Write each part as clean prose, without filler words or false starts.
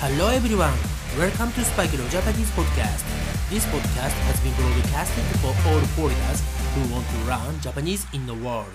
Hello everyone, welcome to Spike Leo Japanese Podcast. This podcast has been broadcasted for all foreigners who want to learn Japanese in the world.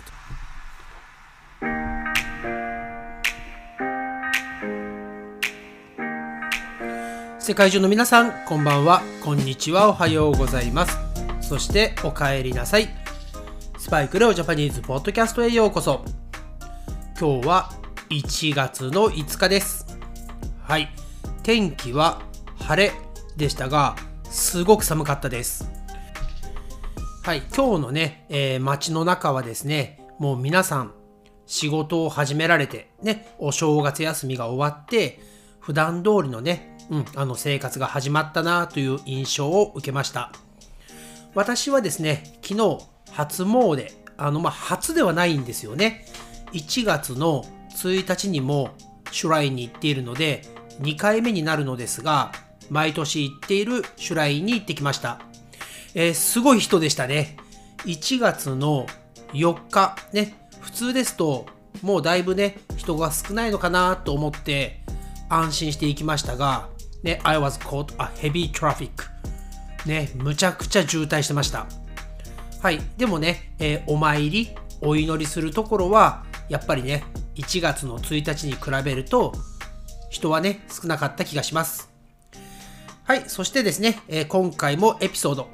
世界中の皆さん、こんばんは、こんにちは、おはようございます。そしてお帰りなさい。スパイクレオジャパニーズポッドキャストへようこそ。今日は1月の5日です。はい。天気は晴れでしたが、すごく寒かったです。はい。今日のね、街の中はですね、もう皆さん仕事を始められて、ね、お正月休みが終わって、普段通りのね、生活が始まったなという印象を受けました。私はですね、昨日初詣、初ではないんですよね。1月の1日にもシュラインに行っているので、2回目になるのですが、毎年行っているシュラインに行ってきました。すごい人でしたね。1月の4日、ね、普通ですと、もうだいぶね、人が少ないのかなと思って安心して行きましたが、ね、I was caught a heavy traffic。ね、むちゃくちゃ渋滞してました。はい。でもね、お参り、お祈りするところは、やっぱりね、1月の1日に比べると、人はね、少なかった気がします。はい。そしてですね、今回もエピソード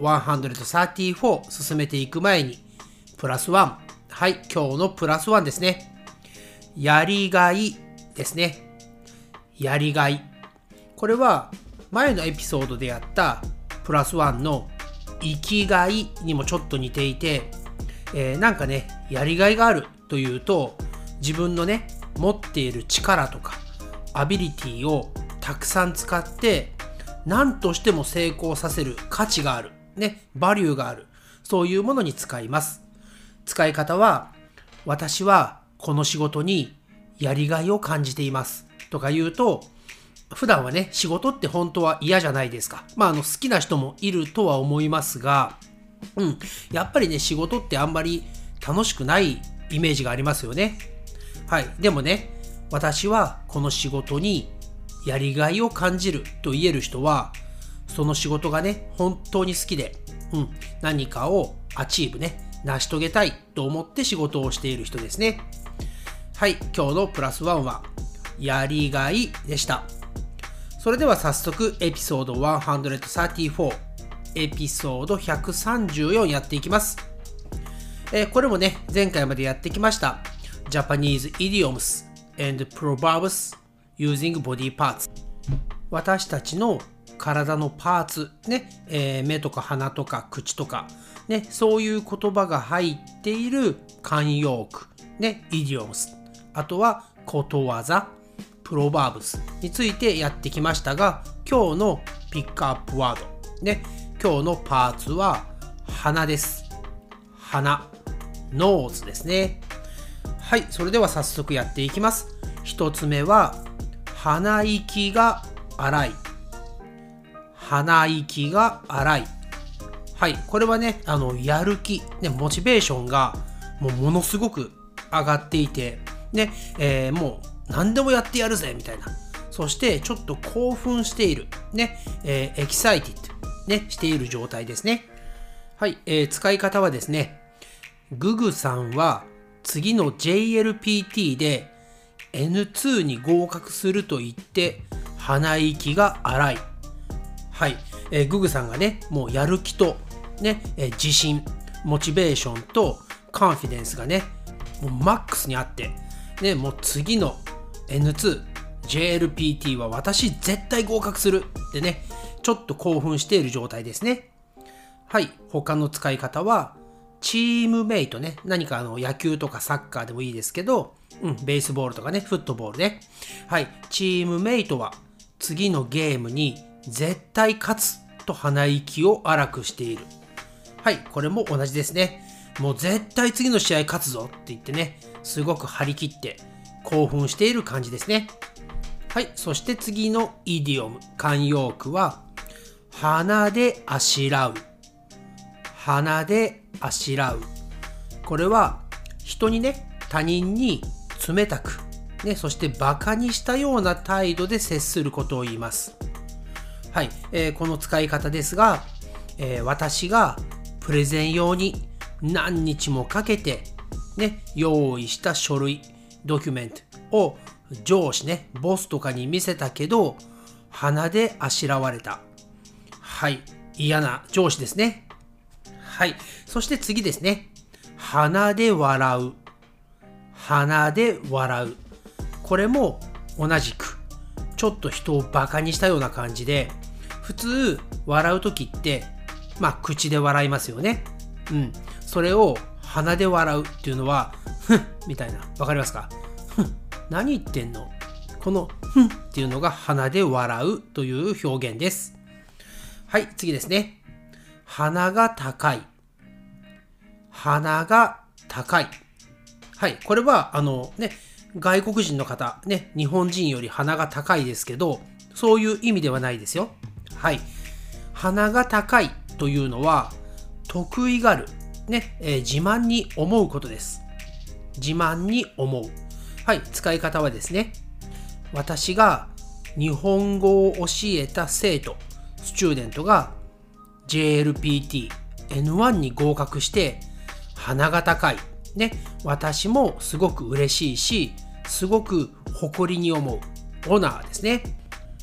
134進めていく前に、プラス1。はい。今日のプラス1ですね。やりがいですね。やりがい。これは、前のエピソードでやったプラス1の生きがいにもちょっと似ていて、なんかね、やりがいがあるというと、自分のね、持っている力とか、アビリティをたくさん使って、何としても成功させる価値がある、ね、バリューがある、そういうものに使います。使い方は、私はこの仕事にやりがいを感じていますとか言うと、普段はね、仕事って本当は嫌じゃないですか。好きな人もいるとは思いますが、やっぱりね、仕事ってあんまり楽しくないイメージがありますよね。はい。でもね、私はこの仕事にやりがいを感じると言える人は、その仕事がね、本当に好きで、何かをアチーブね、成し遂げたいと思って仕事をしている人ですね。はい。今日のプラス1は、やりがいでした。それでは早速エピソード134、エピソード134やっていきます。これもね、前回までやってきました。Japanese idioms and proverbs using body parts。私たちの体のパーツ、ね、目とか鼻とか口とか、ね、そういう言葉が入っている慣用句、ね、idioms。あとはことわざ。プロバーブスについてやってきましたが、今日のピックアップワード、ね、今日のパーツは鼻です。鼻、ノーズですね。はい、それでは早速やっていきます。一つ目は、鼻息が荒い。鼻息が荒い。はい、これはね、やる気、ね、モチベーションがものすごく上がっていて、ね、もう、何でもやってやるぜみたいな。そしてちょっと興奮している。ね。エキサイティッド。ね。している状態ですね。はい。使い方はですね。ググさんは次の JLPT で N2 に合格すると言って鼻息が荒い。はい。ググさんがね、もうやる気とね、自信、モチベーションとカンフィデンスがね、もうマックスにあって、ね、もう次のN2、JLPT は私絶対合格するってね、ちょっと興奮している状態ですね。はい、他の使い方は、チームメイトね、何か野球とかサッカーでもいいですけど、ベースボールとかね、フットボールね。はい、チームメイトは次のゲームに絶対勝つと鼻息を荒くしている。はい、これも同じですね。もう絶対次の試合勝つぞって言ってね、すごく張り切って、興奮している感じですね。はい。そして次のイディオム、慣用句は、鼻であしらう。鼻であしらう。これは、人にね、他人に冷たく、 ね、そしてバカにしたような態度で接することを言います。はい、この使い方ですが、私がプレゼン用に何日もかけて、ね、用意した書類、ドキュメントを上司ね、ボスとかに見せたけど、鼻であしらわれた。はい、嫌な上司ですね。はい、そして次ですね。鼻で笑う。鼻で笑う。これも同じく、ちょっと人をバカにしたような感じで、普通笑うときって、口で笑いますよね。それを鼻で笑うっていうのは、ふんみたいな。わかりますか？ふん、何言ってんの？このふんっていうのが鼻で笑うという表現です。はい、次ですね。鼻が高い。鼻が高い。はい、これは外国人の方、ね、日本人より鼻が高いですけど、そういう意味ではないですよ。はい。鼻が高いというのは、得意がる、ね、自慢に思うことです。自慢に思う。はい、使い方はですね、私が日本語を教えた生徒、スチューデントが JLPT N1 に合格して鼻が高い。ね、私もすごく嬉しいし、すごく誇りに思う。オナーですね。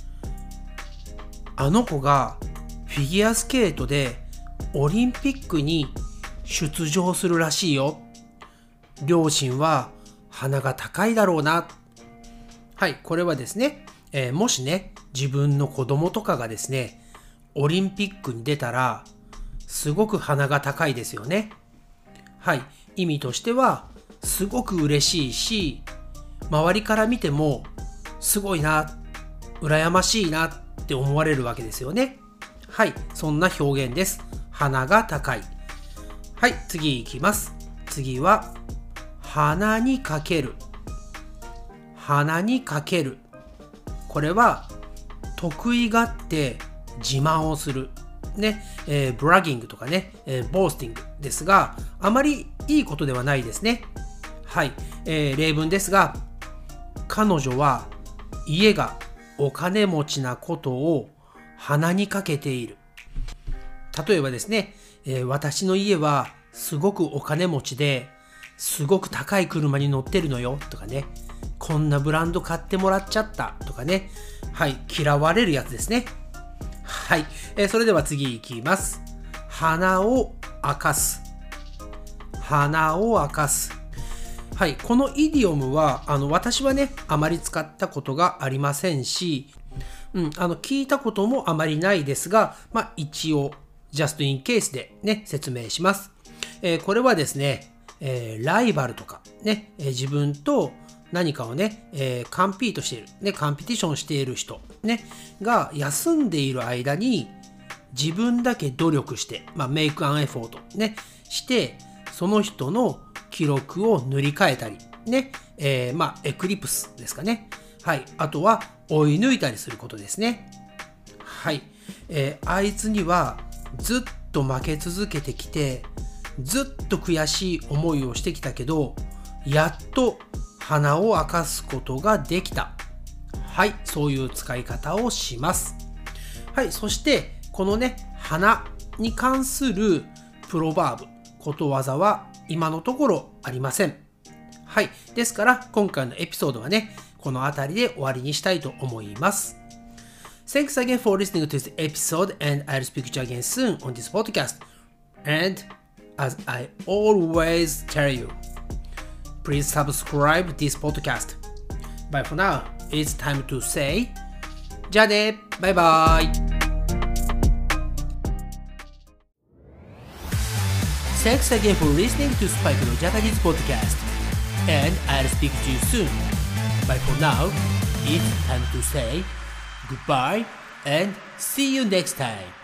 あの子がフィギュアスケートでオリンピックに出場するらしいよ。両親は鼻が高いだろうな。はい、これはですね、もしね、自分の子供とかがですね、オリンピックに出たら、すごく鼻が高いですよね。はい、意味としては、すごく嬉しいし、周りから見ても、すごいな、羨ましいなって思われるわけですよね。はい、そんな表現です。鼻が高い。はい、次いきます。次は、鼻にかける。鼻にかける。これは、得意がって自慢をする。ね、ブラギングとかね、ボースティングですが、あまりいいことではないですね。はい、例文ですが、彼女は家がお金持ちなことを鼻にかけている。例えばですね、私の家はすごくお金持ちですごく高い車に乗ってるのよとかね、こんなブランド買ってもらっちゃったとかね、はい、嫌われるやつですね。はい、それでは次いきます。鼻を明かす。鼻を明かす。はい、このイディオムは私はね、あまり使ったことがありませんし、聞いたこともあまりないですが、一応、just in case でね、説明します。これはですね、ライバルとかね、自分と何かをね、カンピートしている、ね、カンピティションしている人、ね、が休んでいる間に自分だけ努力して、make an effort ね、して、その人の記録を塗り替えたり、ね、エクリプスですかね。はい。あとは追い抜いたりすることですね。はい。あいつにはずっと負け続けてきて、ずっと悔しい思いをしてきたけど、やっと鼻を明かすことができた。はい。そういう使い方をします。はい。そして、このね、鼻に関するプロバーブ、ことわざは今のところありません。はい。ですから、今回のエピソードはね、この辺りで終わりにしたいと思います。Thanks again for listening to this episode, and I'll speak to you again soon on this podcast. And as I always tell you, please subscribe this podcast. But for now, it's time to say, じゃあね、バイバイ。Thanks again for listening to Spike no Japanese podcast, and I'll speak to you soon. But for now, it's time to say goodbye and see you next time.